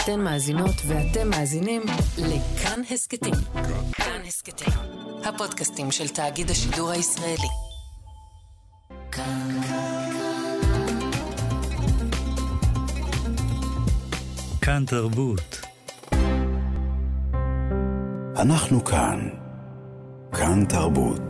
אתן מאזינות ואתם מאזינים לכאן הסקטים. כאן הסקטים, הפודקאסטים של תאגיד השידור הישראלי. כאן תרבות. אנחנו כאן. כאן תרבות.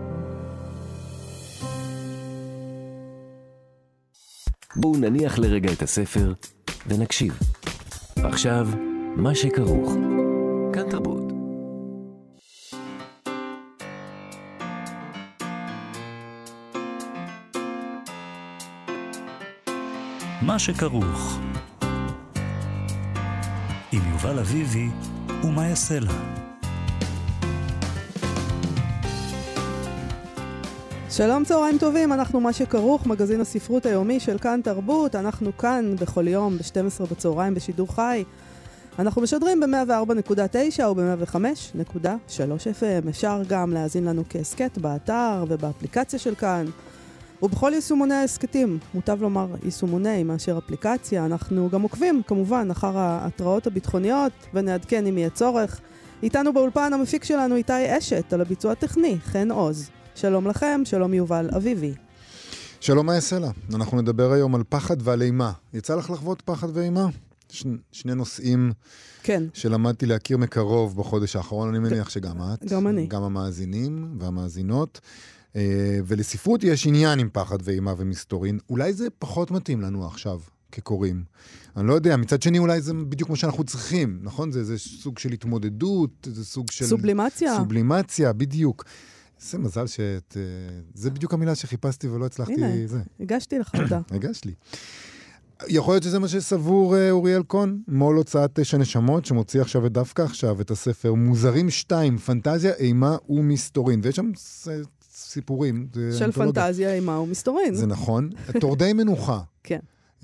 בואו נניח לרגע את הספר ונקשיב. עכשיו, מה שכרוך. כאן תרבות. מה שכרוך. עם יובל אביבי ומה יעשה לה. שלום, צהריים טובים, אנחנו מה שכרוך, מגזין הספרות היומי של כאן תרבות. אנחנו כאן בכל יום ב-12 בצהריים בשידור חי. אנחנו משדרים ב-104.9 או ב-105.3 FM. אפשר גם להאזין לנו כעסקט באתר ובאפליקציה של כאן. ובכל יישומוני העסקטים, מוטב לומר יישומוני מאשר אפליקציה. אנחנו גם עוקבים כמובן אחר ההתראות הביטחוניות ונעדכן אם יהיה צורך. איתנו באולפן המפיק שלנו איתי אשת, על הביצוע הטכני חן עוז. שלום לכם, שלום יובל אביבי. שלום, מה יעשה לה? אנחנו נדבר היום על פחד ועל אימה. יצא לך לחוות פחד ואימה? שני נושאים כן. שלמדתי להכיר מקרוב בחודש האחרון, אני מניח שגם את. גם אני. גם המאזינים והמאזינות. ולספרות יש עניין עם פחד ואימה ומסתורין. אולי זה פחות מתאים לנו עכשיו כקוראים. אני לא יודע, מצד שני אולי זה בדיוק מה שאנחנו צריכים, נכון? זה סוג של התמודדות, זה סוג של... סובלימציה. סובלימציה, בדיוק. זה מזל זה בדיוק המילה שחיפשתי ולא הצלחתי... הנה, הגשתי לך אותה. הגשת לי. יכול להיות שזה מה שסבור אוריאל קון, מול הוצאת 9 נשמות, שמוציא עכשיו ודווקא עכשיו את הספר מוזרים 2, פנטזיה, אימה ומסתורין. ויש שם סיפורים. של פנטזיה, אימה ומסתורין. זה נכון. תורדי מנוחה. כן.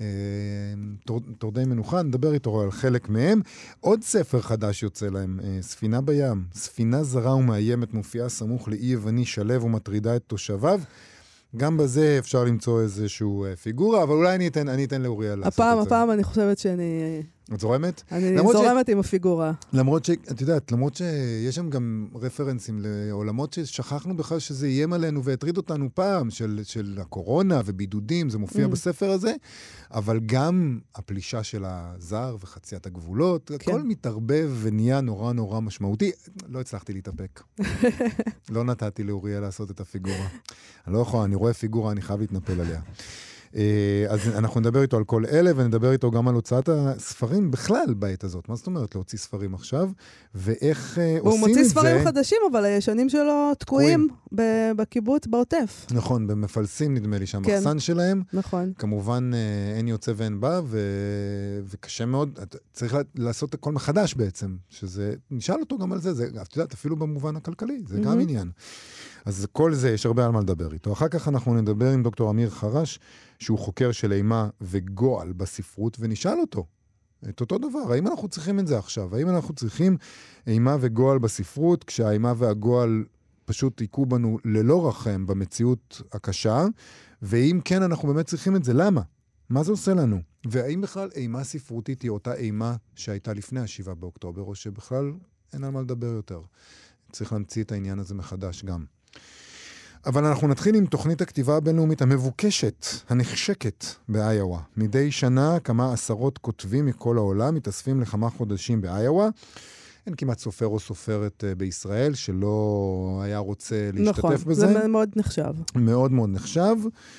תורדי מנוחה, נדבר איתו על חלק מהם. עוד ספר חדש יוצא להם, ספינה בים. ספינה זרה ומאיימת מופיעה סמוך לאי יווני שלב ומטרידה את תושביו. גם בזה אפשר למצוא איזשהו פיגורה, אבל אולי אני אתן לאוריאל לעשות את זה. הפעם אני חושבת שאני... את זורמת? אני זורמת עם הפיגורה. למרות את יודעת, למרות שיש שם גם רפרנסים לעולמות ששכחנו בכלל שזה איים עלינו והטריד אותנו פעם, של הקורונה ובידודים, זה מופיע בספר הזה, אבל גם הפלישה של הזר וחציית הגבולות, הכל מתערבב ונהיה נורא נורא משמעותי. לא הצלחתי להתאפק. לא נתתי לאוריאל לעשות את הפיגורה. אני לא יכול, אני רואה פיגורה, אני חייב להתנפל עליה. אז אנחנו נדבר איתו על כל אלה, ונדבר איתו גם על הוצאת הספרים בכלל בעת הזאת. מה זאת אומרת להוציא ספרים עכשיו? ואיך עושים את זה? הוא מוציא ספרים חדשים, אבל הישנים שלו תקועים בקיבוץ, בעוטף. נכון, במפלסים נדמה לי שהמחסן שלהם. נכון. כמובן אין יוצא ואין בא, וקשה מאוד, צריך לעשות הכל מחדש בעצם, שזה, נשאל אותו גם על זה, את יודעת, אפילו במובן הכלכלי, זה גם עניין. אז כל זה, יש הרבה על מה לדבר איתו. אחר כך אנחנו נדבר עם דוקטור אמיר חרש, שהוא חוקר של אימה וגועל בספרות, ונשאל אותו את אותו דבר. האם אנחנו צריכים את זה עכשיו? האם אנחנו צריכים אימה וגועל בספרות, כשהאימה והגועל פשוט עיקו בנו ללא רחם במציאות הקשה? ואם כן, אנחנו באמת צריכים את זה. למה? מה זה עושה לנו? והאם בכלל אימה ספרותית היא אותה אימה שהייתה לפני 7 באוקטובר, או שבכלל אין על מה לדבר יותר? צריך להמציא את העניין הזה מחדש גם. אבל אנחנו נתחיל עם תוכנית הכתיבה הבינלאומית המבוקשת, הנחשקת באיואה. מדי שנה כמה עשרות כותבים מכל העולם מתאספים לכמה חודשים באיואה. אין כמעט סופר או סופרת בישראל שלא היה רוצה להשתתף בזה. נכון, זה מאוד נחשב. מאוד מאוד נחשב.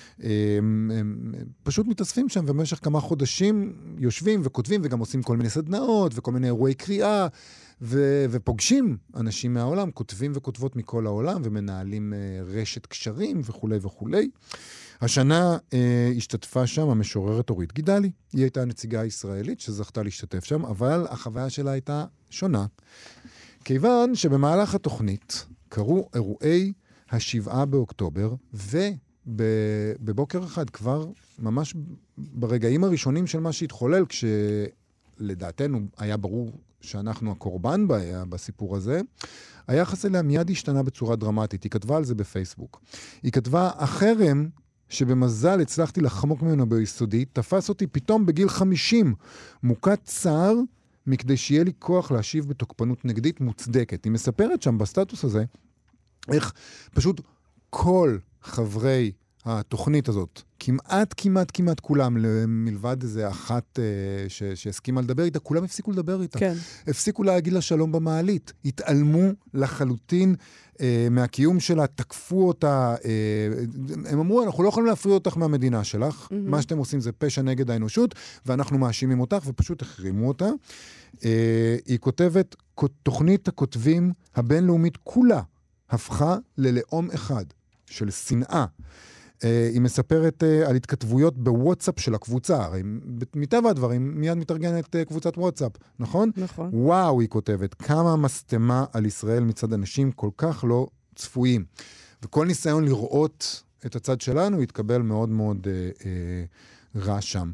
פשוט מתאספים שם ובמשך כמה חודשים יושבים וכותבים וגם עושים כל מיני סדנאות וכל מיני אירועי קריאה. ופוגשים אנשים מהעולם, כותבים וכותבות מכל העולם, ומנהלים רשת קשרים וכו' וכו'. השנה השתתפה שם המשוררת אורית גידלי. היא הייתה הנציגה הישראלית שזכתה להשתתף שם, אבל החוויה שלה הייתה שונה. כיוון שבמהלך התוכנית קרו אירועי 7 באוקטובר, ובבוקר אחד כבר ממש ברגעים הראשונים של מה שהתחולל, כשלדעתנו היה ברור שאנחנו הקורבן בסיפור הזה, היחס אליה מיד השתנה בצורה דרמטית. היא כתבה על זה בפייסבוק. היא כתבה, החרם שבמזל הצלחתי לחמוק ממנו ביסודי, תפס אותי פתאום בגיל 50, מוכת צער מכדי שיהיה לי כוח להשיב בתוקפנות נגדית מוצדקת. היא מספרת שם בסטטוס הזה, איך פשוט כל חברי התוכנית הזאת, כמעט כולם, מלבד איזה אחת שהסכימה לדבר איתה, כולם הפסיקו לדבר איתה. כן. הפסיקו להגיד לה שלום במעלית. התעלמו לחלוטין מהקיום שלה, תקפו אותה. הם אמרו, אנחנו לא יכולים להפריע אותך מהמדינה שלך. מה שאתם עושים זה פשע נגד האנושות, ואנחנו מאשימים אותך, ופשוט החרימו אותה. היא כותבת, תוכנית הכותבים הבינלאומית כולה הפכה ללאום אחד של שנאה. היא מספרת על התכתבויות בוואטסאפ של הקבוצה, הרי מטבע הדברים מיד מתארגנת קבוצת וואטסאפ, נכון? נכון. וואו, היא כותבת, כמה מסתמה על ישראל מצד אנשים כל כך לא צפויים. וכל ניסיון לראות את הצד שלנו יתקבל מאוד מאוד רע שם.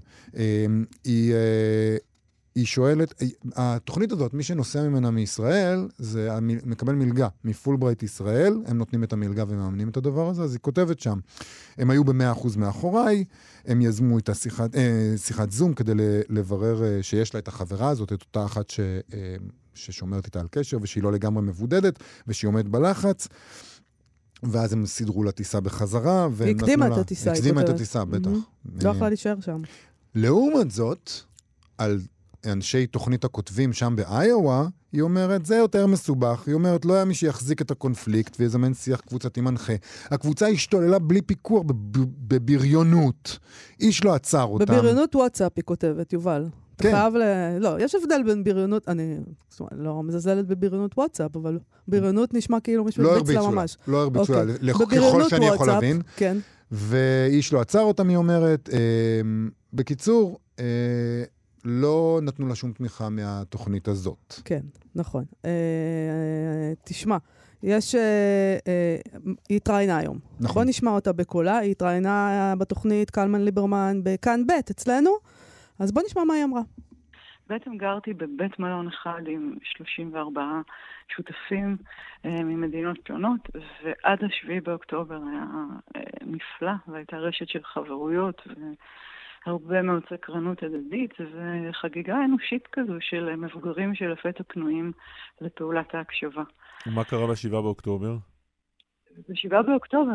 היא שואלת, התוכנית הזאת, מי שנוסע ממנה מישראל, זה מקבל מלגה מפולברייט ישראל, הם נותנים את המלגה ומאמנים את הדבר הזה, אז היא כותבת שם, הם היו ב100% מאחוריי, הם יזמו איתה שיחת זום כדי לברר שיש לה את החברה הזאת, את אותה אחת ששומרת איתה על קשר, ושהיא לא לגמרי מבודדת, ושהיא עומדת בלחץ, ואז הם סידרו לה טיסה בחזרה, היא הקדימה את הטיסה, היא הקדימה את הטיסה, בטח. לא יכולה להישאר שם. לעומת זאת, על אנשי תוכנית הכותבים שם באיואה, היא אומרת, זה יותר מסובך. היא אומרת, לא היה מי שיחזיק את הקונפליקט ויזמן שיח קבוצתי מנחה. הקבוצה השתוללה בלי פיקוח בבריונות. איש לא עצר אותם. בבריונות וואטסאפ היא כותבת, יובל. כן. לא, יש הבדל בין בריונות, אני לא מזלזלת בבריונות וואטסאפ, אבל בריונות נשמע כאילו מישהו הרביץ לה ממש. לא הרביצו לה, ככל שאני יכול להבין. כן. ואיש לא עצר אותם, היא אומרת. בקיצור, לא נתנו לה שום תמיכה מהתוכנית הזאת. כן, נכון. תשמע, היא התראיינה היום. נכון. בוא נשמע אותה בקולה. היא התראיינה בתוכנית קלמן ליברמן בכאן ב' אצלנו. אז בוא נשמע מה היא אמרה. בעצם גרתי בבית מלון אחד עם 34 שותפים ממדינות שונות, ועד 7 באוקטובר היה נפלא, והייתה רשת של חברויות הרבה מאוד סקרנות הדדית, וחגיגה אנושית כזו של מבוגרים שלפתע פנויים לפעולת ההקשבה. ומה קרה ב7 באוקטובר? ב7 באוקטובר,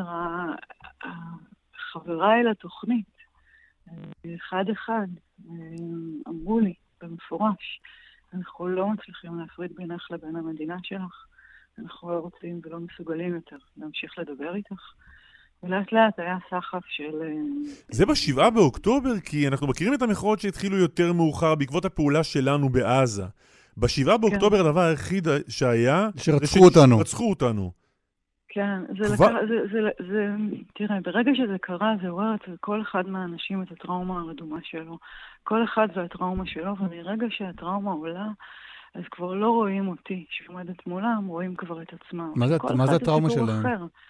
החבריי לתוכנית, אחד אמרו לי במפורש, אנחנו לא מצליחים להפריד בינך לבין המדינה שלך, אנחנו לא רוצים ולא מסוגלים יותר להמשיך לדבר איתך. ולאט לאט היה סחף של... זה ב7 באוקטובר, כי אנחנו מכירים את המחאות שהתחילו יותר מאוחר בעקבות הפעולה שלנו בעזה. ב7 באוקטובר הדבר היחיד שהיה... שרצחו אותנו. רצחו אותנו. כן, תראה, ברגע שזה קרה, זה עורר את כל אחד מהאנשים את הטראומה הרדומה שלו. כל אחד והטראומה שלו, ומרגע שהטראומה עולה, אז כבר לא רואים אותי שעומדת מולם, רואים כבר את עצמם. מה זה הטראומה שלהם?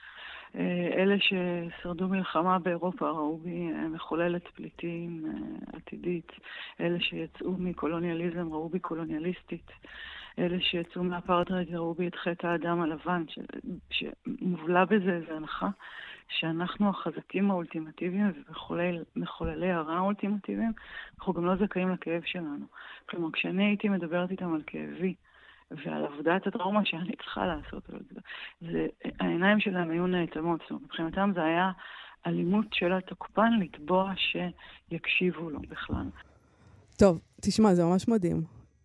אלה ששרדו מלחמה באירופה ראו בי מחוללת פליטים עתידית. אלה שיצאו מקולוניאליזם ראו בי קולוניאליסטית. אלה שיצאו מהאפרטהייד ראו בי את חטא האדם הלבן, שמובלה בזה איזו הנחה שאנחנו החזקים האולטימטיביים ומחוללי הרע האולטימטיביים, אנחנו גם לא זכאים לכאב שלנו. כלומר, כשאני הייתי מדברת איתם על כאבי, ועל עבודת הטראומה שאני צריכה לעשות, העיניים שלהם היו נאטמות, זאת אומרת, מבחינתם זה היה אלימות של התוקפן לתבוע שיקשיבו לו בכלל. טוב, תשמע, זה ממש מדהים.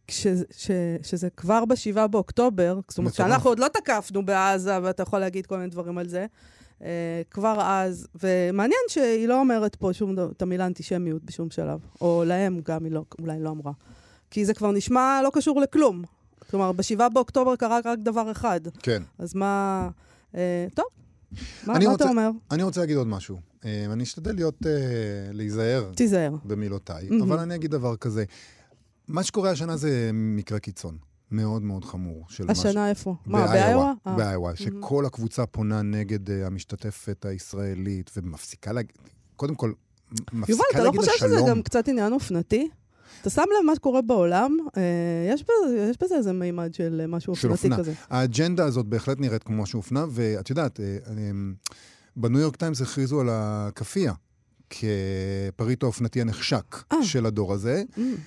שזה כבר ב7 באוקטובר, זאת אומרת שאנחנו עוד לא תקפנו בעזה, ואתה יכול להגיד כל מיני דברים על זה, כבר אז, ומעניין שהיא לא אומרת פה את המילה אנטישמיות בשום שלב, או להם גם היא אולי לא אמרה. כי זה כבר נשמע לא קשור לכלום. כלומר, ב7 באוקטובר קרה רק דבר אחד. כן. אז מה... טוב, מה אתה אומר? אני רוצה להגיד עוד משהו. אני אשתדל להיזהר. תיזהר. במילותיי. אבל אני אגיד דבר כזה. מה שקורה השנה זה מקרה קיצון. מאוד מאוד חמור. השנה איפה? מה, באיואה? באיואה. שכל הקבוצה פונה נגד המשתתפת הישראלית, ומפסיקה להגיד... קודם כל, מפסיקה להגיד לשלום. יובל, אתה לא חושב שזה גם קצת עניין אופנתי? אתה שם לב מה שקורה בעולם, יש בזה איזה מימד של משהו אופנתי כזה. האג'נדה הזאת בהחלט נראית כמו משהו אופנה, ואת יודעת, בניו יורק טיימס הכריזו על הקפייה, כפריט האופנתי הנחשק של הדור הזה,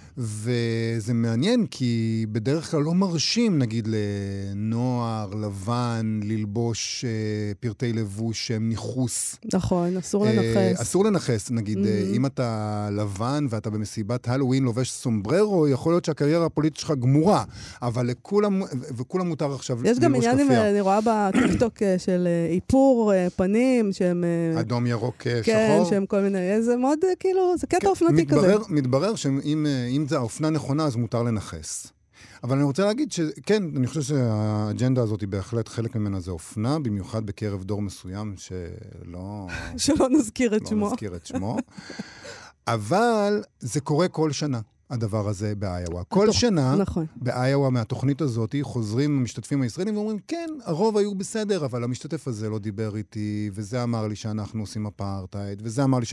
וזה מעניין כי בדרך כלל לא מרשים, נגיד, לנוער, לבן, ללבוש פרטי לבוש שהם ניחוס. נכון, אסור לנחס. אסור לנחס, נגיד, אם אתה לבן ואתה במסיבת הלווין לובש סומבררו, יכול להיות שהקריירה הפוליטית שלך גמורה, אבל וכולם מותר עכשיו ללבוש כפייה. יש גם עניינים, אני רואה בטיקטוק של איפור פנים, שהם... אדום, ירוק, שחור. כן, שהם כל מיני, זה מאוד, כאילו, זה קטע אופנתי כזה. מתברר שאם זה האופנה נכונה, אז מותר לנחס. אבל אני רוצה להגיד שכן, אני חושב שהאג'נדה הזאת היא בהחלט חלק ממנה זה אופנה, במיוחד בקרב דור מסוים שלא נזכיר את שמו. לא נזכיר את שמו. אבל זה קורה כל שנה. הדבר הזה באיואה. כל שנה, באיואה מהתוכנית הזאת, חוזרים המשתתפים הישראלים ואומרים, כן, הרוב היו בסדר, אבל המשתתף הזה לא דיבר איתי, וזה אמר לי שאנחנו עושים אפרטהייד, וזה אמר לי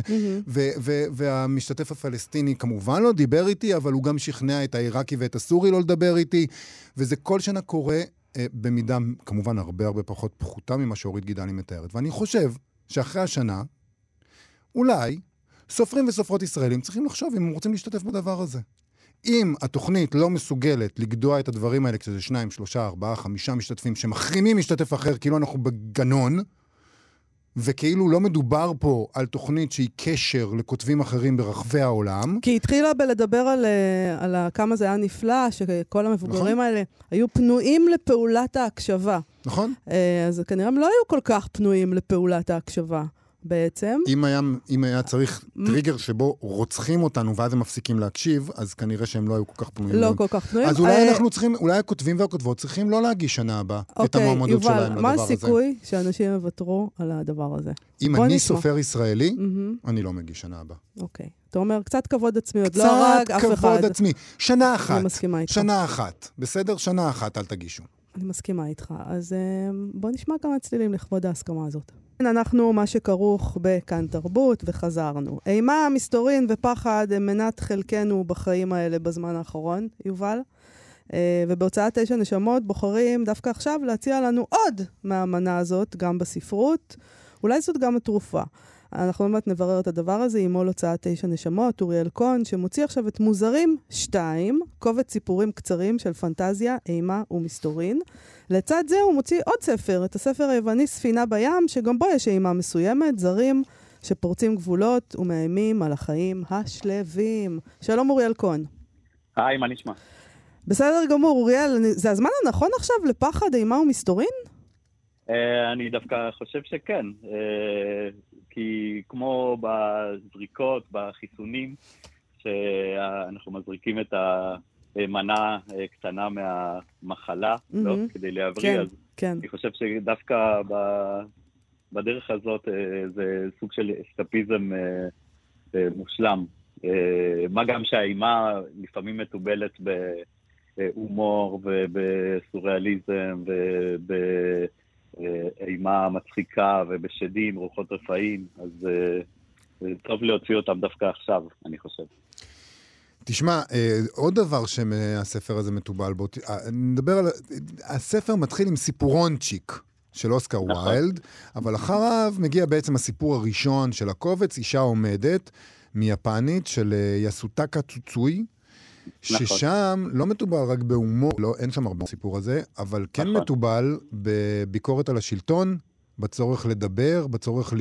והמשתתף הפלסטיני כמובן לא דיבר איתי, אבל הוא גם שכנע את העיראקי ואת הסורי לא לדבר איתי, וזה כל שנה קורה במידה, כמובן, הרבה פחות פחותה ממה שאורית גידלי מתארת. ואני חושב שאחרי השנה, אולי, סופרים וסופרות ישראלים צריכים לחשוב אם הם רוצים להשתתף בדבר הזה. אם התוכנית לא מסוגלת לגדוע את הדברים האלה, כשזה 2, 3, 4, 5 משתתפים שמחרימים משתתף אחר, כאילו אנחנו בגנון, וכאילו לא מדובר פה על תוכנית שהיא קשר לכותבים אחרים ברחבי העולם. כי התחילה בלדבר על כמה זה היה נפלא, שכל המבוגרים האלה היו פנויים לפעולת ההקשבה. נכון. אז כנראה הם לא היו כל כך פנויים לפעולת ההקשבה. בעצם. אם היה צריך טריגר שבו רוצחים אותנו ואז הם מפסיקים להקשיב, אז כנראה שהם לא היו כל כך פנויים. לא כל כך פנויים. אז אולי אנחנו צריכים, אולי הכותבים והכותבות צריכים לא להגיש שנה הבאה את המועמדות שלהם לדבר הזה. יובל, מה הסיכוי שאנשים יוותרו על הדבר הזה? אם אני סופר ישראלי, אני לא מגיש שנה הבאה. אוקיי. אתה אומר, קצת כבוד עצמי, עוד לא הרג אף אחד. קצת כבוד עצמי. שנה אחת. אני מסכימה איתך. שנה אחת. בסדר? שנה אחת, אל תגישו. אני מסכימה איתך. אז בוא נשמע כמה צלילים לכבוד ההסכמה הזאת. אנחנו מה שכרוך בכאן תרבות וחזרנו. אימה, מסתורין ופחד הם מנת חלקנו בחיים האלה בזמן האחרון, יובל. ובהוצאת 9 נשמות בוחרים דווקא עכשיו להציע לנו עוד מהמנה הזאת, גם בספרות. אולי זאת גם התרופה. אנחנו באמת נברר את הדבר הזה עם מול הוצאת 9 נשמות, אוריאל קון, שמוציא עכשיו את מוזרים 2, קובץ סיפורים קצרים של פנטזיה, אימה ומסתורין. לצד זה הוא מוציא עוד ספר, את הספר היווני ספינה בים, שגם בו יש אימה מסוימת, זרים שפורצים גבולות ומאיימים על החיים השלווים. שלום אוריאל קון. היי, מה נשמע? בסדר גמור, אוריאל, זה הזמן הנכון עכשיו לפחד, אימה ומסתורין? אני דווקא חושב שכן, כי כמו בזריקות, בחיסונים, שאנחנו מזריקים את המנה קטנה מהמחלה, לא? כדי להבריא, אז אני חושב שדווקא בדרך הזאת זה סוג של אסקפיזם מושלם. מה גם שהאימה לפעמים מטובלת בהומור ובסוריאליזם אימה מצחיקה ובשדים, רוחות רפאים, אז טוב להוציא אותם דווקא עכשיו, אני חושב. תשמע, עוד דבר שהספר הזה מטובל בו, נדבר על... הספר מתחיל עם סיפורונצ'יק של אוסקר ויילד, אבל אחריו מגיע בעצם הסיפור הראשון של הקובץ, אישה עומדת מיפנית של יסוטקה צוצוי, ששם לא מטובל רק בהומור, לא, אין שם הרבה סיפור הזה, אבל כן מטובל בביקורת על השלטון, בצורך לדבר, בצורך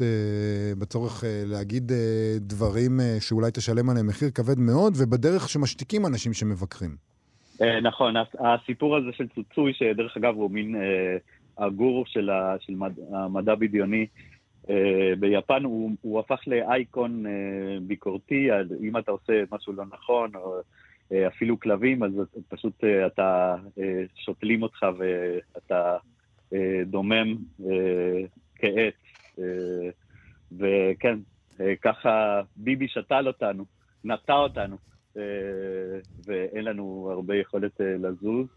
להגיד דברים שאולי תשלם עליהם מחיר כבד מאוד, ובדרך שמשתיקים אנשים שמבקרים. נכון, הסיפור הזה של צוצוי, שדרך אגב הוא מין הגורו של המדע בדיוני, ביפן הוא הפך לאייקון ביקורתי, אם אתה עושה משהו לא נכון, או אפילו כלבים, אז פשוט אתה שותלים אותך ואתה דומם כעץ. וכן, ככה ביבי שתל אותנו, נטע אותנו, ואין לנו הרבה יכולת לזוז.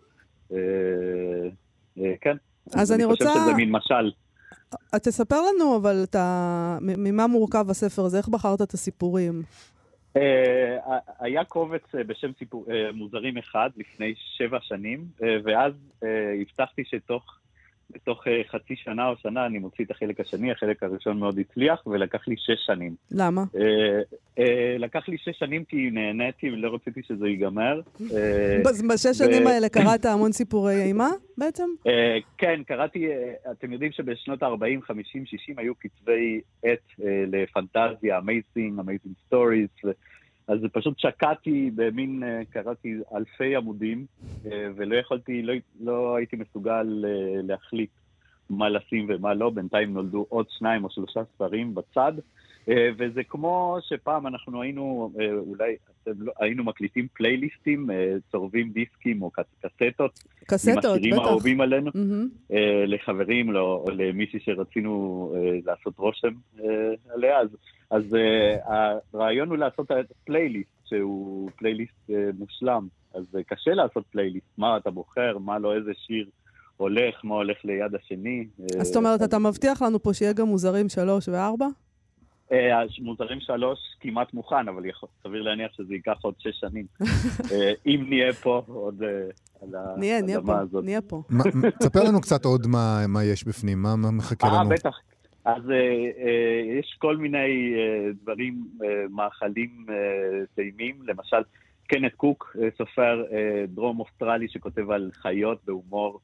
כן, אז אני רוצה... חושב שזה מין משל. תספר לנו, אבל ממה מורכב הספר הזה? איך בחרת את הסיפורים? היה קובץ בשם מוזרים אחד לפני 7 שנים, ואז הבטחתי שתוך בתוך חצי שנה או שנה אני מוציא את החלק השני, החלק הראשון מאוד הצליח, ולקח לי 6 שנים. למה? לקח לי 6 שנים כי נהניתי ולא רציתי שזה ייגמר. ב6 שנים האלה קראת המון סיפורי אימה בעצם? כן, קראתי, אתם יודעים שבשנות ה-40, 50, 60 היו כתבי עת לפנטזיה, amazing stories, אז פשוט שקעתי במין, קראתי אלפי עמודים, ולא יכולתי, לא הייתי מסוגל להחליט מה לשים ומה לא. בינתיים נולדו עוד 2 או 3 ספרים בצד, וזה כמו שפעם אנחנו היינו, אולי היינו מקליטים פלייליסטים, צורבים דיסקים או קסטות, קסטות, עם בטח. האהובים עלינו, לחברים או למישהי שרצינו לעשות רושם עליה, אז הרעיון הוא לעשות את הפלייליסט, שהוא פלייליסט מושלם. אז קשה לעשות פלייליסט, מה אתה בוחר, מה לא, איזה שיר הולך, מה הולך ליד השני. אז זאת אומרת, אתה מבטיח לנו פה שיהיה גם מוזרים 3 ו-4? מוזרים 3 כמעט מוכן, אבל סביר להניח שזה ייקח עוד 6 שנים. אם נהיה פה עוד על האדמה הזאת. נהיה פה. תספר לנו קצת עוד מה יש בפנים, מה מחכה לנו. בטח. אז יש כל מיני דברים, מאכלים טעימים, למשל קנת קוק, סופר דרום אוסטרלי שכותב על חיות בהומור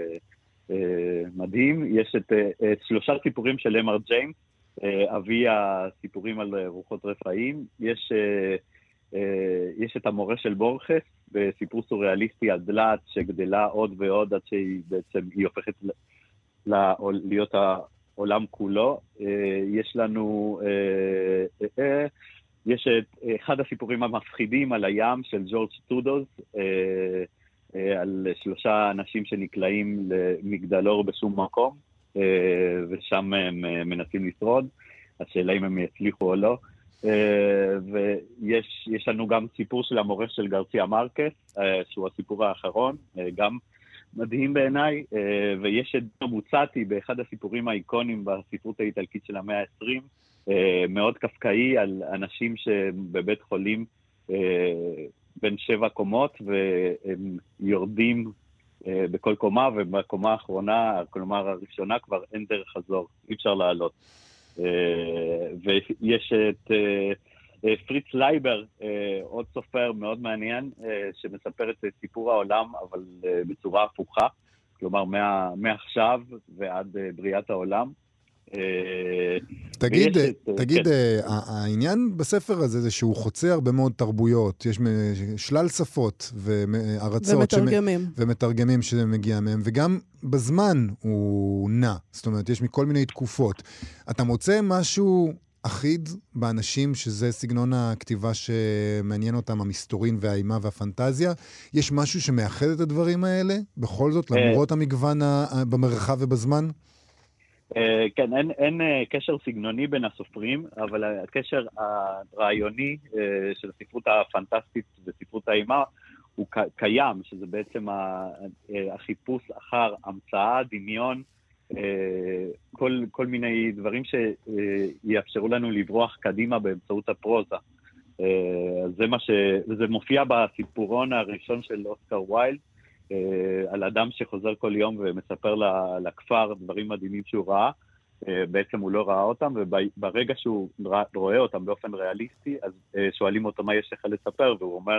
מדהים. יש את 3 סיפורים של אמר ג'יימס, אבי הסיפורים על רוחות רפאים. יש את המורה של בורכס, בסיפור סוריאליסטי על דלת שגדלה עוד ועוד עד שהיא בעצם הופכת להיות העולם כולו. יש לנו, יש את אחד הסיפורים המפחידים על הים של ג'ורג' סטודוז, על 3 אנשים שנקלעים למגדלור בשום מקום, ושם הם מנסים לשרוד. השאלה אם הם יצליחו או לא. ויש לנו גם סיפור של המורה של גרסיה מרקס, שהוא הסיפור האחרון, גם מדהים בעיניי, ויש את דומוצאטי באחד הסיפורים האיקונים בספרות האיטלקית של המאה ה-20, מאוד קפקאי על אנשים שבבית חולים בין 7 קומות, והם יורדים בכל קומה, ובקומה האחרונה, כלומר הראשונה, כבר אין דרך חזור, אי אפשר לעלות. ויש את פריץ לייבר, עוד סופר מאוד מעניין, שמספר את סיפור העולם, אבל בצורה הפוכה, כלומר מעכשיו ועד בריאת העולם. תגיד, העניין בספר הזה זה שהוא חוצה הרבה מאוד תרבויות, יש שלל שפות וארצות ומתרגמים שמגיע מהם, וגם בזמן הוא נע, זאת אומרת יש מכל מיני תקופות. אתה מוצא משהו אחיד באנשים שזה סגנון הכתיבה שמעניין אותם, המסתורין והאימה והפנטזיה? יש משהו שמאחד את הדברים האלה בכל זאת למרות המגוון במרחב ובזמן? כן, אין קשר סגנוני בין הסופרים, אבל הקשר הרעיוני של הספרות הפנטסטית וספרות האימה הוא קיים, שזה בעצם החיפוש אחר המצאה, דמיון, כל מיני דברים שיאפשרו לנו לברוח קדימה באמצעות הפרוזה. זה מופיע בסיפורון הראשון של אוסקר ויילד, על אדם שחוזר כל יום ומספר לכפר דברים מדהימים שהוא ראה. בעצם הוא לא ראה אותם, וברגע שהוא רואה אותם באופן ריאליסטי, אז שואלים אותו מה יש לך לספר, והוא אומר,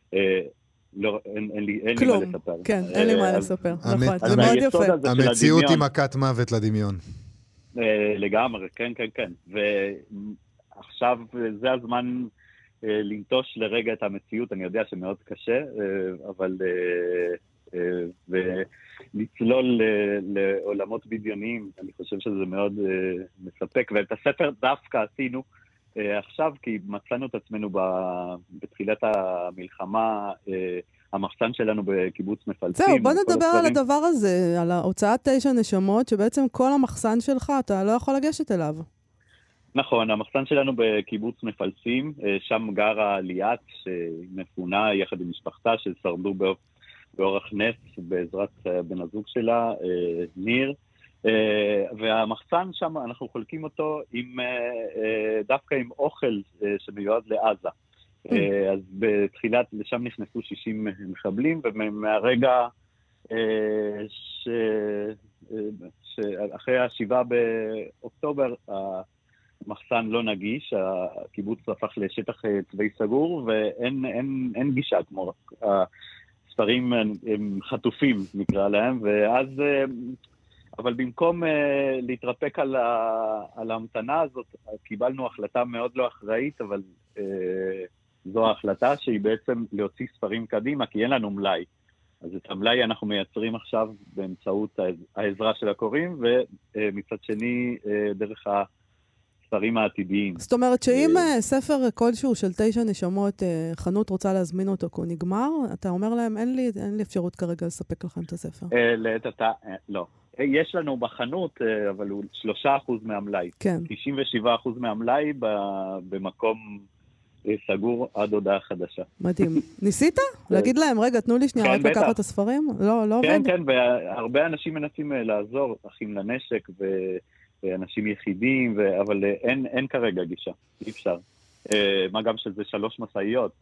אין לי מה לספר. כן, אין לי מה לספר. נכון, זה מאוד יפה. המציאות היא מכת מוות לדמיון. לגמרי, כן, כן, כן. ועכשיו זה הזמן לנטוש לרגע את המציאות, אני יודע שמאוד קשה, אבל ולצלול לעולמות בדיוניים, אני חושב שזה מאוד מספק, ואת הספר דווקא עשינו עכשיו, כי מצאנו את עצמנו בתחילת המלחמה, המחסן שלנו בקיבוץ מפלסים. זהו, בוא נדבר על הדבר הזה, על הוצאת 9 נשמות, שבעצם כל המחסן שלך, אתה לא יכול לגשת אליו. נכון, המחסן שלנו בקיבוץ מפלסים, שם גרה ליאת, שמפונה יחד עם משפחתה, ששרדו באורח נס בעזרת בן הזוג שלה, ניר. והמחסן שם, אנחנו חולקים אותו דווקא עם אוכל שמיועד לעזה. אז בתחילת, לשם נכנסו 60 מחבלים, ומהרגע שאחרי ה7 באוקטובר המחסן לא נגיש, הקיבוץ הפך לשטח צבאי סגור, ואין גישה כמו הספרים הם חטופים נקרא להם, ואז אבל במקום להתרפק על ההמתנה הזאת, קיבלנו החלטה מאוד לא אחראית, אבל זו ההחלטה שהיא בעצם להוציא ספרים קדימה, כי אין לנו מלאי. אז את המלאי אנחנו מייצרים עכשיו באמצעות העזרה של הקוראים, ומצד שני דרך הספרים העתידיים. זאת אומרת שאם ספר כלשהו של 9 נשמות, חנות רוצה להזמין אותו כי הוא נגמר, אתה אומר להם, אין לי אפשרות כרגע לספק לכם את הספר. לעת עתה, לא. יש לנו בחנות, אבל הוא 3% מהמלאי. כן. 97% מהמלאי במקום סגור עד הודעה חדשה. מדהים. ניסית? להגיד להם, רגע, תנו לי שנייה רק לקחת את הספרים? לא עובד? כן, כן, והרבה אנשים מנסים לעזור, אחים לנשק ואנשים יחידים, אבל אין כרגע גישה, אי אפשר. מה גם שזה 3 משאיות.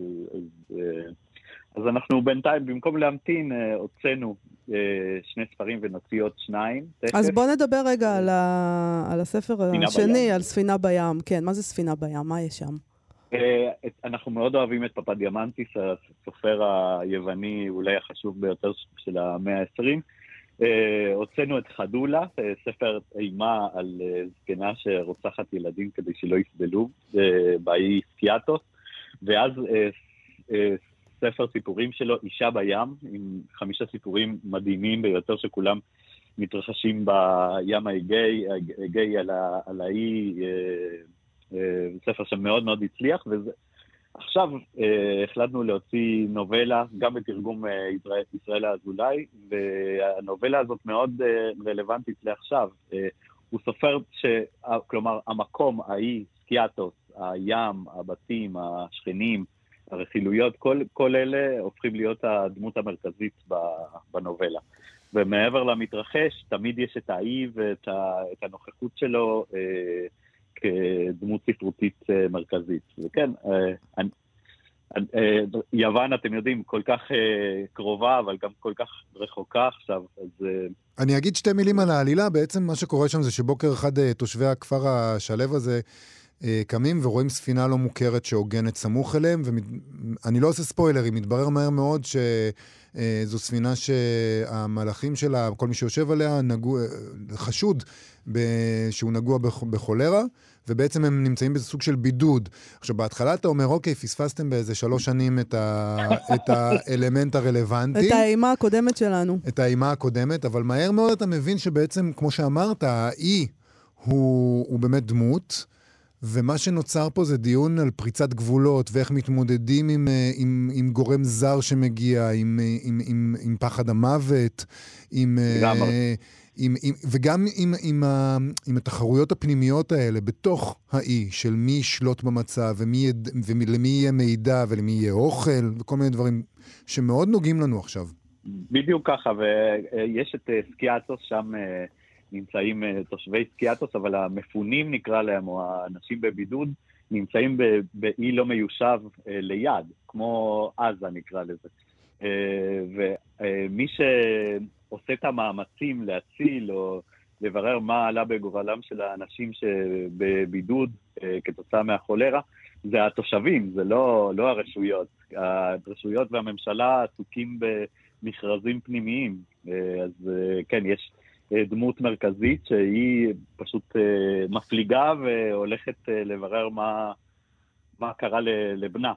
אז אנחנו בינתיים, במקום להמתין, הוצאנו 2 ספרים ונוציא עוד 2. אז בוא נדבר רגע על הספר השני, על ספינה בים. כן, מה זה ספינה בים? מה יש שם? אנחנו מאוד אוהבים את פפדיאמנטיס, הסופר היווני אולי החשוב ביותר של המאה ה-20. הוצאנו את חדולה, ספר אימה על זקנה שרוצחת ילדים כדי שלא יסבלו, באי סקיאטוס, ואז ספר סיפורים שלו, אישה בים, עם 5 סיפורים מדהימים ביותר שכולם מתרחשים בים האגאי על האי, ספר שמאוד מאוד הצליח, ועכשיו החלטנו להוציא נובלה, גם בתרגום ישראל האזולאי, והנובלה הזאת מאוד רלוונטית לעכשיו. הוא סופר כלומר, המקום, האי, סקיאטוס, הים, הבתים, השכנים, הרכילויות, כל אלה הופכים להיות הדמות המרכזית בנובלה. ומעבר למתרחש, תמיד יש את האי ואת הנוכחות שלו כדמות ספרותית מרכזית. וכן, יוון, אתם יודעים, כל כך קרובה, אבל גם כל כך רחוקה עכשיו, אז... אני אגיד 2 מילים על העלילה. בעצם מה שקורה שם זה שבוקר אחד תושבי הכפר השלב הזה קמים ורואים ספינה לא מוכרת שעוגנת סמוך אליהם, ואני לא עושה ספוילרים, מתברר מהר מאוד שזו ספינה שהמלאכים שלה, כל מי שיושב עליה, חשוד שהוא נגוע בחולרה, ובעצם הם נמצאים באיזה סוג של בידוד. עכשיו, בהתחלה אתה אומר, אוקיי, פספסתם באיזה 3 שנים את האלמנט הרלוונטי. את האימה הקודמת שלנו. את האימה הקודמת, אבל מהר מאוד אתה מבין שבעצם, כמו שאמרת, האי הוא באמת דמות, ומה שנוצר פה זה דיון על פריצת גבולות, ואיך מתמודדים עם גורם זר שמגיע, עם פחד המוות, וגם עם התחרויות הפנימיות האלה בתוך האי, של מי ישלוט במצב, ולמי יהיה מידע, ולמי יהיה אוכל, וכל מיני דברים שמאוד נוגעים לנו עכשיו. בדיוק ככה, ויש את סקיאטוס שם... נמצאים תושבי סקיאטוס, אבל המפונים נקרא להם, או האנשים בבידוד, נמצאים באי לא מיושב ליד, כמו עזה נקרא לזה. ומי שעושה את המאמצים להציל, או לברר מה עלה בגורלם של האנשים שבבידוד כתוצאה מהחולרה, זה התושבים, זה לא הרשויות. הרשויות והממשלה עסוקים במכרזים פנימיים. אז כן, יש... דמות מרכזית שהיא פשוט מפליגה והולכת לברר מה קרה לבנה.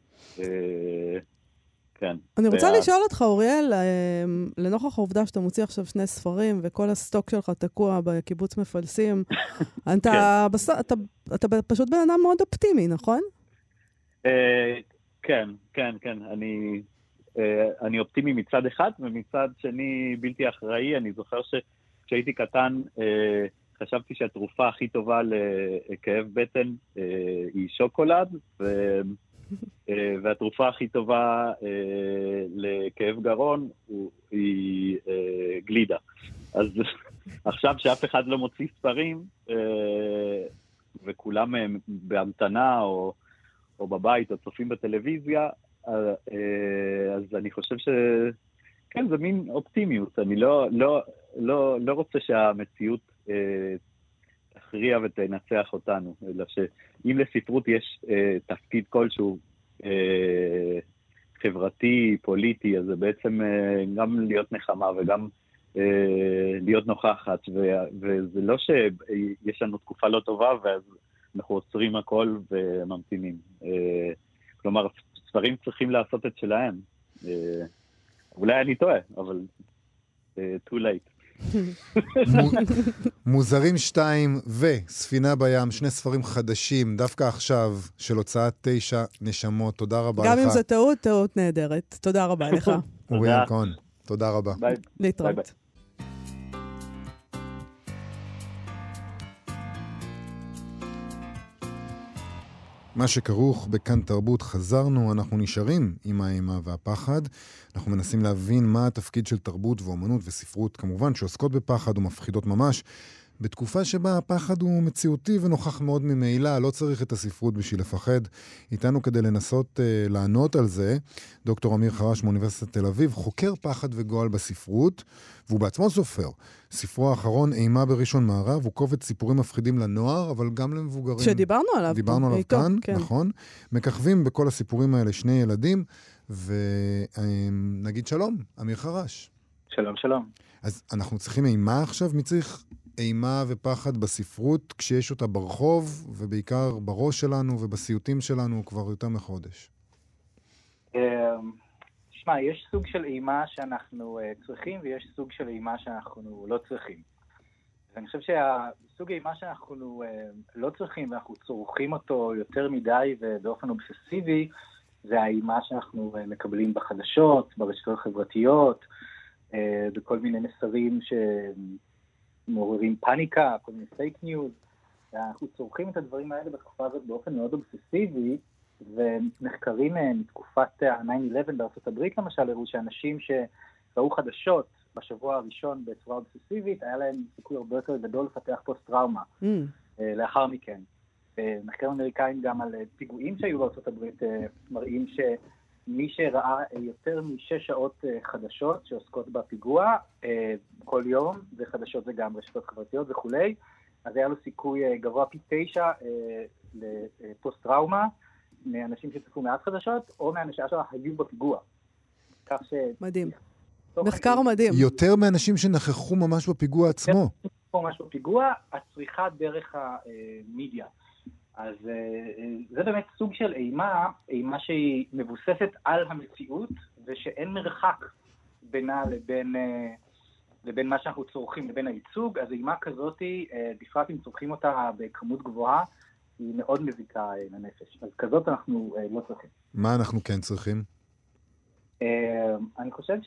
כן. אני רוצה לשאול אותך, אוריאל, לנוכח העובדה שאתה מוציא עכשיו 2 ספרים וכל הסטוק שלך תקוע בקיבוץ מפלסים, אתה פשוט בן אדם מאוד אופטימי, נכון? כן. אני אופטימי מצד אחד, ומצד שני בלתי אחראי. אני זוכר כשהייתי קטן, חשבתי שהתרופה הכי טובה לכאב בטן היא שוקולד, והתרופה הכי טובה לכאב גרון היא גלידה. אז עכשיו שאף אחד לא מוציא ספרים, וכולם בהמתנה או בבית או צופים בטלוויזיה, אז אני חושב כן, זה מין אופטימיות. אני לא רוצה שהמציאות תכריע ותנצח אותנו, אלא שאם לספרות יש תפקיד כלשהו חברתי, פוליטי, אז זה בעצם גם להיות נחמה וגם להיות נוכחת, וזה לא שיש לנו תקופה לא טובה ואז אנחנו עוצרים הכל וממתינים. כלומר, ספרים צריכים לעשות את שלהם. אולי אני טועה, אבל too late. מוזרים 2 וספינה בים, 2 ספרים חדשים, דווקא עכשיו, של הוצאת 9 נשמות. תודה רבה לך. גם אם זו טעות נהדרת. תודה רבה לך. אוריאל כהן, תודה רבה. להתראות. מה שכרוך בכאן תרבות, חזרנו, אנחנו נשארים עם האימה והפחד. אנחנו מנסים להבין מה התפקיד של תרבות ואומנות וספרות, כמובן שעוסקות בפחד ומפחידות ממש. בתקופה שבה הפחד הוא מציאותי ונוכח מאוד ממעילה, לא צריך את הספרות בשביל לפחד. איתנו כדי לנסות לענות על זה, דוקטור אמיר חרש מאוניברסיטת תל אביב, חוקר פחד וגועל בספרות, והוא בעצמו סופר. ספרו האחרון, אימה בראשון מערב, הוא קובץ סיפורים מפחידים לנוער, אבל גם למבוגרים. שדיברנו עליו. דיברנו עליו כאן, כן. נכון. מככבים בכל הסיפורים האלה 2 ילדים, ונגיד שלום, אמיר חרש. שלום, שלום. אז אנחנו צריכים אימה עכשיו? מי צריך אימה ופחד בספרות כשיש אותה ברחוב, ובעיקר בראש שלנו ובסיוטים שלנו כבר יותר מחודש? תשמע, יש סוג של אימה שאנחנו צריכים, ויש סוג של אימה שאנחנו לא צריכים. ואני חושב שהסוג האימה שאנחנו לא צריכים, ואנחנו צורכים אותו יותר מדי ובאופן אובססיבי, זה האימה שאנחנו מקבלים בחדשות, ברשתות החברתיות, בכל מיני מסרים מעוררים פאניקה, כל מיני פייק ניוז. אנחנו צורכים את הדברים האלה בתקופה הזאת באופן מאוד אובססיבי, ומחקרים מתקופת ה-9/11 בארצות הברית למשל, הראו שאנשים שראו חדשות בשבוע הראשון בצורה אובססיבית, היה להם סיכוי הרבה יותר גדול לפתח פוסט-טראומה לאחר מכן. מחקרים אמריקאים גם על פיגועים שהיו בארצות הברית מראים שמי שראה יותר מ6 שעות חדשות שעוסקות בפיגוע כל יום, וחדשות זה גם רשתות חברתיות וכולי, אז היה לו סיכוי גבוה פי 9 לפוסט-טראומה מאנשים שצפו מעט חדשות, או מאנשים שהיו בפיגוע. כך ש... מדהים. מחקר מדהים. יותר מאנשים שנכחו ממש בפיגוע עצמו. ממש בפיגוע, הצריכה דרך המדיה. אז זה באמת סוג של אימה שהיא מבוססת על המציאות, ושאין מרחק בינה לבין מה שאנחנו צורכים, לבין הייצוג. אז אימה כזאת, בפרט אם צורכים אותה בכמות גבוהה, היא מאוד מזיקה לנפש. אז כזאת אנחנו לא צריכים. מה אנחנו כן צריכים? אני חושב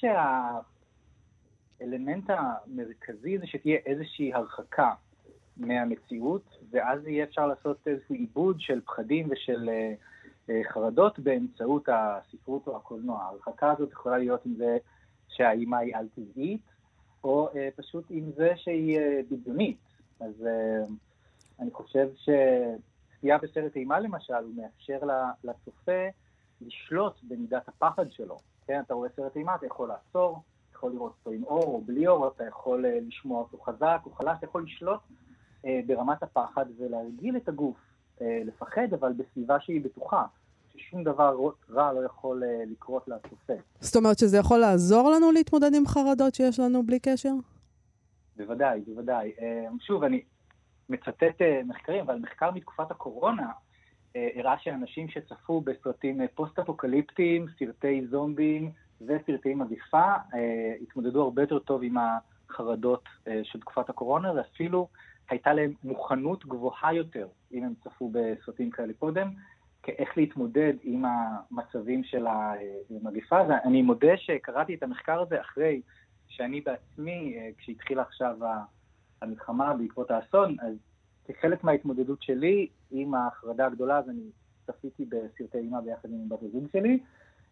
שהאלמנט המרכזי זה שתהיה איזושהי הרחקה מהמציאות, ואז יהיה אפשר לעשות איזשהו עיבוד של פחדים ושל חרדות באמצעות הספרות או הקולנוע. ההרחקה הזאת יכולה להיות עם זה שהאימה היא על טבעית, או פשוט עם זה שהיא בדיונית. אז אני חושב שצפייה בסרט אימה למשל, הוא מאפשר לצופה לשלוט במידת הפחד שלו. כן, אתה רואה סרט אימה, אתה יכול לעצור, אתה יכול לראות אותו עם אור או בלי אור, אתה יכול לשמוע אותו חזק או חלש, אתה יכול לשלוט ברמת הפחד ולהרגיל את הגוף לפחד, אבל בסביבה שהיא בטוחה, ששום דבר רע לא יכול לקרות לצופה. זאת אומרת שזה יכול לעזור לנו להתמודד עם חרדות שיש לנו בלי קשר? בוודאי, בוודאי. שוב, אני מצטט מחקרים, אבל מחקר מתקופת הקורונה הראה שאנשים שצפו בסרטים פוסט-אפוקליפטיים, סרטי זומבים וסרטי מגיפה, התמודדו הרבה יותר טוב עם החרדות של תקופת הקורונה, ואפילו הייתה להם מוכנות גבוהה יותר, אם הם צפו בסרטים כאלה קודם, כאיך להתמודד עם המצבים של המגיפה. אני מודה שקראתי את המחקר הזה אחרי שאני בעצמי, כשהתחילה עכשיו המלחמה בעקבות האסון, אז כחלק מההתמודדות שלי עם החרדה הגדולה, אז אני צפיתי בסרטי אימה ביחד עם בת הזוג שלי,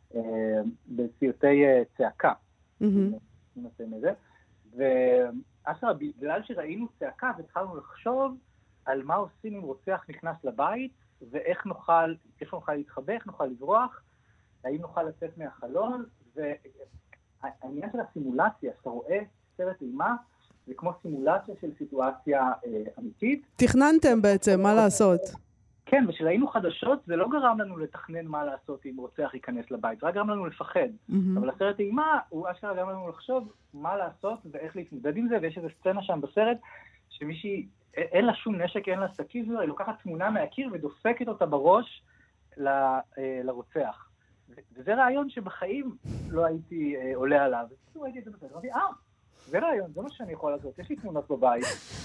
בסרטי צעקה. ואשרה, בגלל שראינו צעקה, התחלנו לחשוב על מה עושים אם רוצח נכנס לבית, ואיך נוכל להתחבא, איך נוכל לברוח, האם נוכל לצאת מהחלון, העניין של הסימולציה, שאתה רואה סרט אימה, זה כמו סימולציה של סיטואציה אמיתית. תכננתם בעצם, מה לעשות? כן, וכשראינו חדשות, זה לא גרם לנו לתכנן מה לעשות אם רוצח ייכנס לבית, זה רק גרם לנו לפחד. אבל הסרט אימה, הוא אשכרה גרם לנו לחשוב מה לעשות ואיך להתמודד עם זה, ויש איזו סצנה שם בסרט, שמישהי, אין לה שום נשק, אין לה סכיז, היא לוקחת תמונה מהקיר ודופקת אותה בראש לרוצח. וזה רעיון שבחיים לא הייתי עולה עליו. ופשוט ראיתי את זה בסרט, אמרתי, זה רעיון, זה מה שאני יכול לעשות, יש לי תמונות בבית.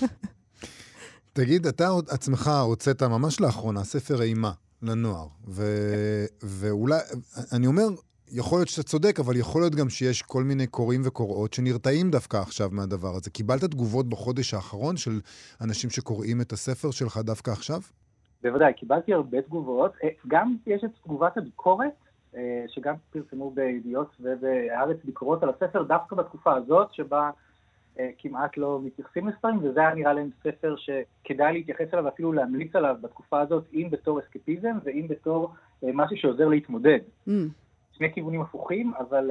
תגיד, אתה עצמך הוצאת ממש לאחרונה ספר אימה לנוער, ואולי, אני אומר, יכול להיות שאתה צודק, אבל יכול להיות גם שיש כל מיני קוראים וקוראות שנרתעים דווקא עכשיו מהדבר הזה. קיבלת תגובות בחודש האחרון של אנשים שקוראים את הספר שלך דווקא עכשיו? בוודאי, קיבלתי הרבה תגובות. גם יש את תגובת הביקורת, שגם פרסמו בידיעות ובארץ ביקורות על הספר, דווקא בתקופה הזאת שבה כמעט לא מתייחסים לספרים, וזה היה נראה להם ספר שכדאי להתייחס אליו ואפילו להמליץ עליו בתקופה הזאת, אם בתור אסקפיזם ואם בתור משהו שעוזר להתמודד. שני כיוונים הפוכים, אבל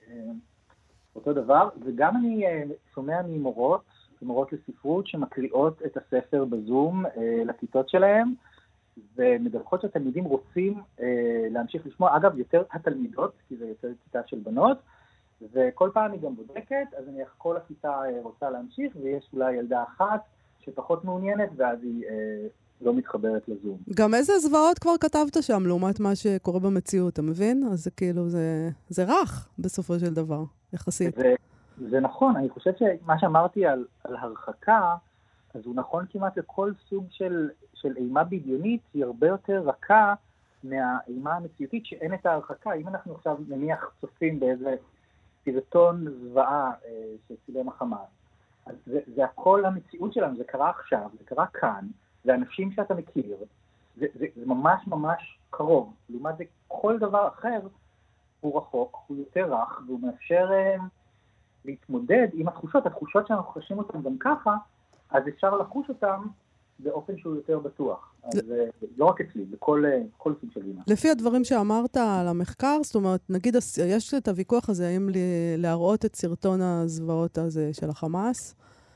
אותו דבר. וגם אני שומע ממורות לספרות שמקריאות את הספר בזום לכיתות שלהם, ומדווחות שהתלמידים רוצים להמשיך לשמוע, אגב, יותר התלמידות, כי זה יותר כיתה של בנות, וכל פעם היא גם בודקת, אז אני כל הכיתה רוצה להמשיך, ויש אולי ילדה אחת שפחות מעוניינת, ואז היא לא מתחברת לזום. גם איזה זוועות כבר כתבת שם, לעומת מה שקורה במציאות, אתה מבין? אז זה כאילו, זה רך בסופו של דבר, יחסית. זה נכון, אני חושב שמה שאמרתי על הרחקה, אז הוא נכון כמעט לכל סוג של אימה בדיונית, היא הרבה יותר רכה מהאימה המציאותית שאין את ההרחקה. אם אנחנו עכשיו נניח צופים באיזה סרטון זוועה שצילם החמאס, אז זה הכל המציאות שלנו, זה קרה עכשיו, זה קרה כאן, זה אנשים שאתה מכיר, זה ממש ממש קרוב. לעומת זה כל דבר אחר הוא רחוק, הוא יותר רך, והוא מאפשר להתמודד עם התחושות שאנחנו חשים אותן גם ככה, אז אפשר לחוש אותם באופן שהוא יותר בטוח. אז לא רק אצלי, בכל סוג של אימה. לפי הדברים שאמרת על המחקר, זאת אומרת, נגיד, יש את הוויכוח הזה, האם להראות את סרטון הזוועות הזה של החמאס,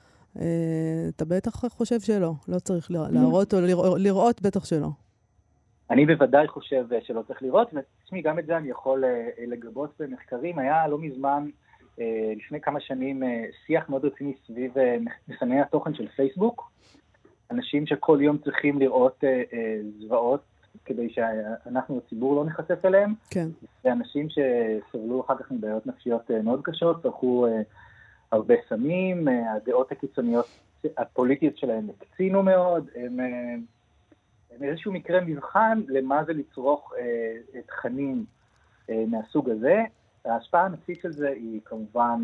אתה בטח חושב שלא, לא צריך להראות או לראות בטח שלא. אני בוודאי חושב שלא צריך לראות, ותשמעי, גם את זה אני יכול לגבות במחקרים. היה לא מזמן, לפני כמה שנים, שיח מאוד רציני סביב מחסני התוכן של פייסבוק, אנשים שכל יום צריכים לראות זוועות כדי שאנחנו הציבור לא נחשף אליהם. כן. ואנשים שסבלו אחר כך מבעיות נפשיות מאוד קשות, צרכו הרבה סמים, הדעות הקיצוניות הפוליטיות שלהם הקצינו מאוד, הם איזשהו מקרה מבחן למה זה לצרוך תכנים מהסוג הזה. ההשפעה הנפשית של זה היא כמובן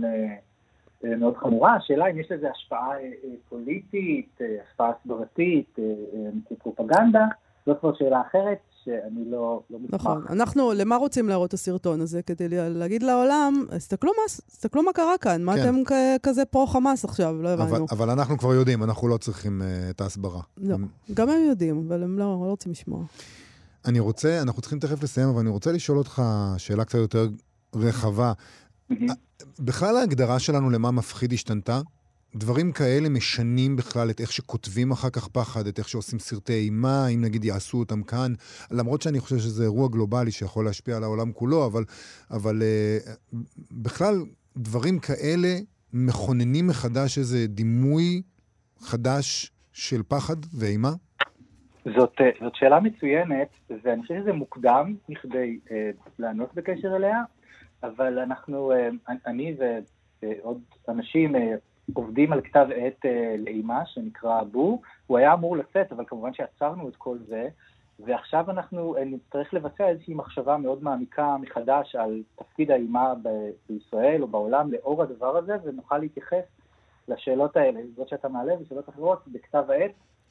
מאוד חמורה. השאלה אם יש לזה השפעה פוליטית, השפעה הסברתית, פרופגנדה, זאת כבר שאלה אחרת שאני לא מוסמך. נכון. אנחנו, למה רוצים להראות את הסרטון הזה? כדי להגיד לעולם, תסתכלו מה קרה כאן, מה אתם כזה פרו-חמאס עכשיו, לא הבנו. אבל אנחנו כבר יודעים, אנחנו לא צריכים את ההסברה. לא, גם הם יודעים, אבל הם לא רוצים לשמוע. אנחנו צריכים תכף לסיים, אבל אני רוצה לשאול אותך שאלה קצת יותר רחבה. בכלל ההגדרה שלנו למה מפחיד השתנתה? דברים כאלה משנים בכלל את איך שכותבים אחר כך פחד, את איך שעושים סרטי אימה, אם נגיד יעשו אותם כאן, למרות שאני חושב שזה אירוע גלובלי שיכול להשפיע על העולם כולו, אבל בכלל דברים כאלה מכוננים מחדש איזה דימוי חדש של פחד ואימה? זאת שאלה מצוינת, ואני חושב שזה מוקדם מכדי לענות בקשר אליה, אבל אני ועוד אנשים עובדים על כתב עת לאימה שנקרא בו. הוא היה אמור לצאת, אבל כמובן שעצרנו את כל זה, ועכשיו אנחנו נצטרך לבצע איזושהי מחשבה מאוד מעמיקה מחדש על תפקיד האימה בישראל או בעולם לאור הדבר הזה, ונוכל להתייחס לשאלות האלה, זאת שאתה מעלה ושאלות אחרות בכתב העת,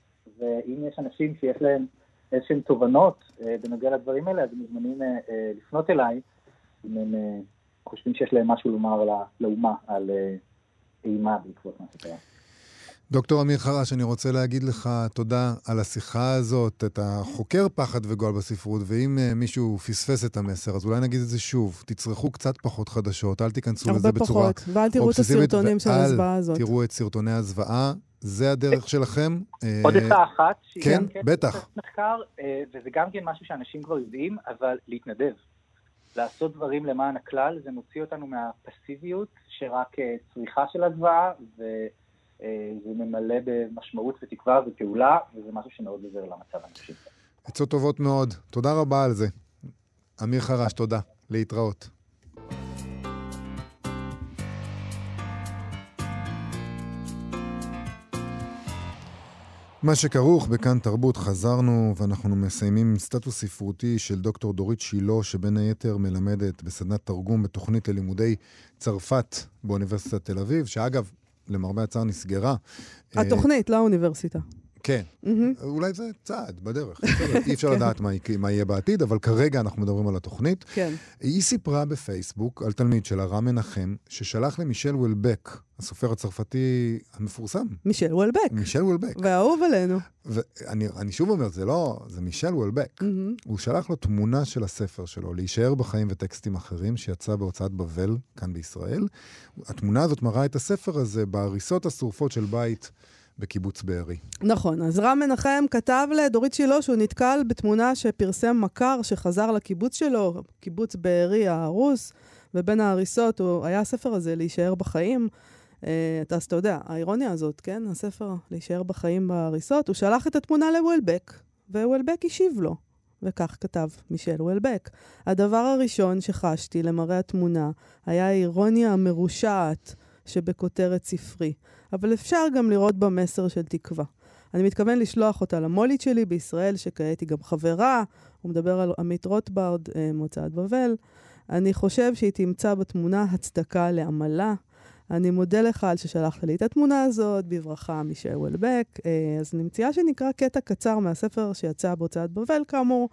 ואם יש אנשים שיש להם איזשהם תובנות בנוגע לדברים האלה, אז הם מוזמנים לפנות אליי, אם הם חושבים שיש להם משהו לומר לאומה על אימה בעקבות מה שקרה. דוקטור אמיר חרש, אני רוצה להגיד לך תודה על השיחה הזאת. אתה חוקר פחד וגועל בספרות, ואם מישהו פספס את המסר, אז אולי נגיד את זה שוב. תצרכו קצת פחות חדשות, אל תיכנסו לזה בצורה הרבה פחות, ואל תראו את הסרטונים של הזוועה הזאת. תראו את סרטוני הזוועה, זה הדרך שלכם. עוד אחת. כן, בטח. מחקר, וזה גם כן משהו שאנשים כבר יודעים, אבל להתנדב. לעשות דברים למען הכלל, זה מוציא אותנו מהפסיביות, שרק צריכה של הזוועה, זה ממלא במשמעות ותקווה ופעולה, וזה משהו שמאוד עוזר למצב האנושי. עצות טובות מאוד. תודה רבה על זה. אמיר חרש, תודה. להתראות. מה שכרוך בכאן תרבות, חזרנו ואנחנו מסיימים עם סטטוס ספרותי של דוקטור דורית שילה, שבין היתר מלמדת בסדנת תרגום בתוכנית ללימודי צרפת באוניברסיטת תל אביב, שאגב, למרבה הצער נסגרה. התוכנית, לא האוניברסיטה. כן, אולי זה צעד בדרך. אי אפשר לדעת מה יהיה בעתיד, אבל כרגע אנחנו מדברים על התוכנית. כן. היא סיפרה בפייסבוק על תלמיד שלה, רם מנחם, ששלח למישל וולבק, הסופר הצרפתי המפורסם. מישל וולבק. מישל וולבק. והאהוב עלינו. ואני שוב אומר, זה מישל וולבק. הוא שלח לו תמונה של הספר שלו, להישאר בחיים וטקסטים אחרים, שיצא בהוצאת בבל, כאן בישראל. התמונה הזאת מראה את הספר הזה בהריסות השרופות של בית בקיבוץ בארי. נכון, אז רם מנחם כתב לדורית שילה שהוא נתקל בתמונה שפרסם מכר שחזר לקיבוץ שלו, קיבוץ בארי ההרוס, ובין ההריסות היה הספר הזה, להישאר בחיים. אז אתה יודע, האירוניה הזאת, כן? הספר להישאר בחיים בהריסות, הוא שלח את התמונה לוולבק, ווולבק השיב לו. וכך כתב מישל וולבק. הדבר הראשון שחשתי למראה התמונה היה האירוניה המרושעת שבכותרת ספרי. אבל אפשר גם לראות במסר של תקווה. אני מתכוון לשלוח אותה למולית שלי בישראל, שכעת היא גם חברה. הוא מדבר על עמית רוטברד מהוצאת בבל. אני חושב שהיא תמצא בתמונה הצדקה לעמלה. אני מודה לך על ששלחת לי את התמונה הזאת, בברכה מישל וולבק. אז אני מציעה שנקרא קטע קצר מהספר שיצא בהוצאת בבל, כאמור,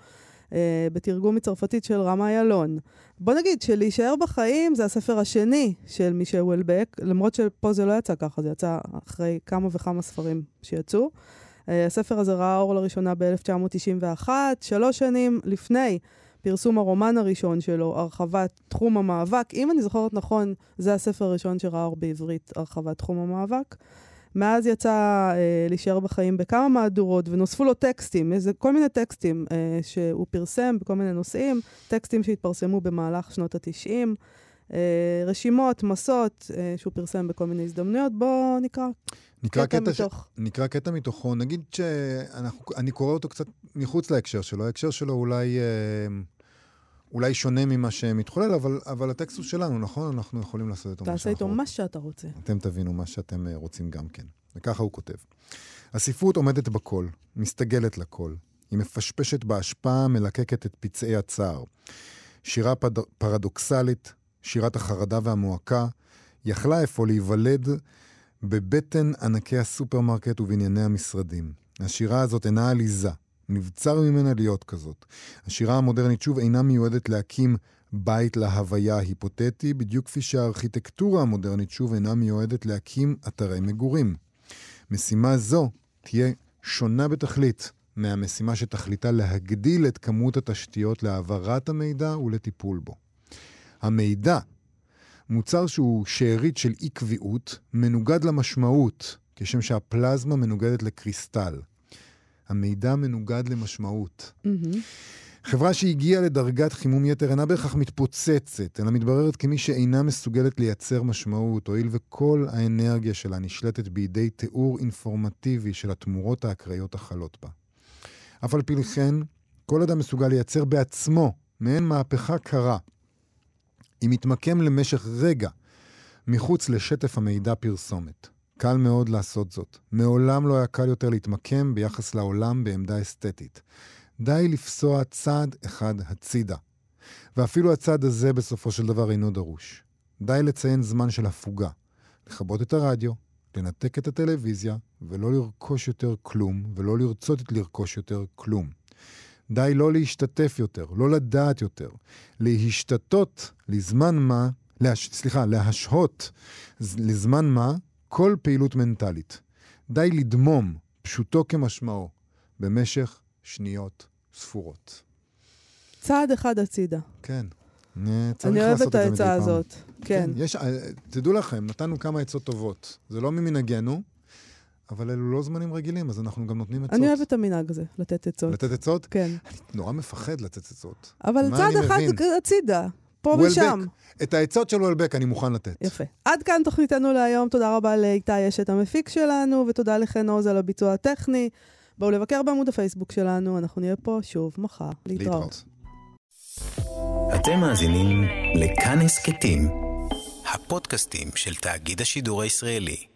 בתרגום מצרפתית של רמה ילון. בוא נגיד שלהישאר בחיים זה הספר השני של מישל וולבק, למרות שפה זה לא יצא ככה, זה יצא אחרי כמה וכמה ספרים שיצאו. הספר הזה ראה אור לראשונה ב-1991, 3 שנים לפני פרסום הרומן הראשון שלו, הרחבת תחום המאבק. אם אני זוכרת נכון, זה הספר הראשון שראה אור בעברית, הרחבת תחום המאבק. מאז יצא להישאר בחיים בכמה מהדורות, ונוספו לו טקסטים, כל מיני טקסטים שהוא פרסם בכל מיני נושאים, טקסטים שהתפרסמו במהלך שנות ה-90, רשימות, מסות שהוא פרסם בכל מיני הזדמנויות. בואו נקרא קטע מתוכו. נגיד שאני קורא אותו קצת מחוץ להקשר שלו. ההקשר שלו אולי שונה ממה שמתחולל, אבל הטקסט הוא שלנו, נכון? אנחנו יכולים לעשות את מה תעשה איתו מה שאתה רוצה. אתם תבינו מה שאתם רוצים גם כן. וככה הוא כותב. הספרות עומדת בכל, מסתגלת לכל. היא מפשפשת בהשפעה, מלקקת את פצעי הצער. שירה פרדוקסלית, שירת החרדה והמועקה, יכלה איפה להיוולד בבטן ענקי הסופרמרקט ובענייני המשרדים. השירה הזאת אינה עליזה. נבצר ממנה להיות כזאת. השירה המודרנית שוב אינה מיועדת להקים בית להוויה היפותטי, בדיוק כפי שהארכיטקטורה המודרנית שוב אינה מיועדת להקים אתרי מגורים. משימה זו תהיה שונה בתכלית מהמשימה שתכליתה להגדיל את כמות התשתיות להעברת המידע ולטיפול בו. המידע, מוצר שהוא שארית של אי קביעות, מנוגד למשמעות, כשם שהפלזמה מנוגדת לקריסטל. המידע מנוגד למשמעות. חברה שהגיעה לדרגת חימום יתר אינה בהכרח מתפוצצת, אלא מתבררת כמי שאינה מסוגלת לייצר משמעות, הואיל וכל האנרגיה שלה נשלטת בידי תיאור אינפורמטיבי של התמורות האקראיות החלות בה. אף על פי כן, כל אדם מסוגל לייצר בעצמו מעין מהפכה קרה. אם מתמקם למשך רגע מחוץ לשטף המידע פרסומת. קל מאוד לעשות זאת. מעולם לא היה קל יותר להתמקם ביחס לעולם בעמדה אסתטית. די לפסוע צעד אחד הצידה. ואפילו הצעד הזה בסופו של דבר אינו דרוש. די לציין זמן של הפוגה. לכבות את הרדיו, לנתק את הטלוויזיה, ולא לרכוש יותר כלום, ולא לרצות לרכוש יותר כלום. די לא להשתתף יותר, לא לדעת יותר. להשתתות לזמן מה, להשהות לזמן מה, כל פעילות מנטלית. די לדמום, פשוטו כמשמעו, במשך שניות ספורות. צעד אחד הצידה. כן. אני אוהבת את העצה הזאת. כן. תדעו לכם, נתנו כמה עצות טובות. זה לא ממנהגנו, אבל אלו לא זמנים רגילים, אז אנחנו גם נותנים עצות. אני אוהבת את המנהג הזה, לתת עצות. לתת עצות? כן. אני נורא מפחד לתת עצות. אבל צעד אחד הצידה, פה ושם. את העצות של וולבק אני מוכן לתת. יפה. עד כאן תוכניתנו להיום. תודה רבה לאיתי אשת המפיק שלנו, ותודה לכן עוז על הביצוע הטכני. בואו לבקר בעמוד הפייסבוק שלנו, אנחנו נהיה פה שוב מחר. להתראות. אתם מאזינים לכאן הסכתים, הפודקאסטים של תאגיד השידור הישראלי.